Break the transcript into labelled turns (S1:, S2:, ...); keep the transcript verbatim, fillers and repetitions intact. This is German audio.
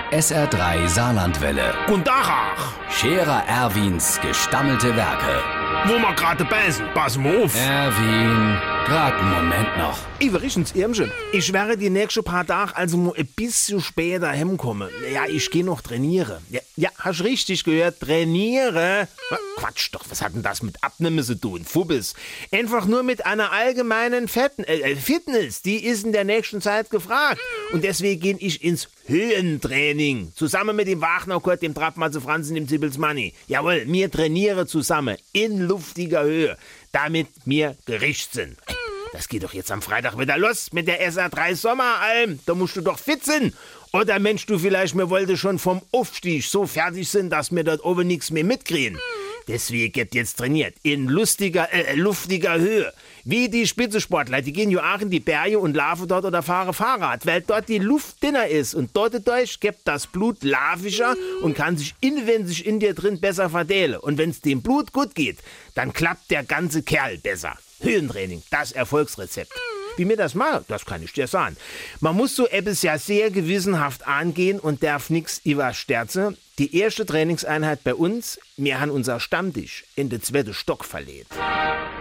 S1: S R drei Saarlandwelle.
S2: Guten Tag, ach.
S1: Scherer Erwins gestammelte Werke.
S2: Wo wir gerade beißen, pass mal auf.
S1: Erwin, grad einen Moment noch.
S2: Iverichens Irmchen, ich werde die nächsten paar Tage also mal ein bisschen später heimkommen. Ja, ich gehe noch trainieren. Ja, ja, hast richtig gehört, trainiere. Quatsch doch, was hat denn das mit Abnehmen zu tun? Fubbes. Einfach nur mit einer allgemeinen Fetten, äh, Fitness, die ist in der nächsten Zeit gefragt. Und deswegen gehe ich ins Höhentraining. Zusammen mit dem Wagner Kurt, dem Trappmatze Franzen, dem Zippelsmanni. Jawohl, wir trainieren zusammen in luftiger Höhe, damit wir gericht sind. Das geht doch jetzt am Freitag wieder los mit der S R drei Sommeralm. Da musst du doch fit sein. Oder Mensch, du vielleicht, mir wollte schon vom Aufstieg so fertig sind, dass wir dort oben nichts mehr mitkriegen. Deswegen wird jetzt trainiert. In lustiger, äh, luftiger Höhe. Wie die Spitzensportler, die gehen ja auch in die Berge und laufen dort oder fahren Fahrrad, weil dort die Luft dünner ist. Und dort dadurch gibt das Blut lavischer und kann sich inwendig in dir drin besser verteilen. Und wenn es dem Blut gut geht, dann klappt der ganze Kerl besser. Höhentraining, das Erfolgsrezept. Wie mir das mal, das kann ich dir sagen. Man muss so etwas ja sehr gewissenhaft angehen und darf nix übersterzen. Die erste Trainingseinheit bei uns, wir haben unser Stammtisch in den zweiten Stock verlegt.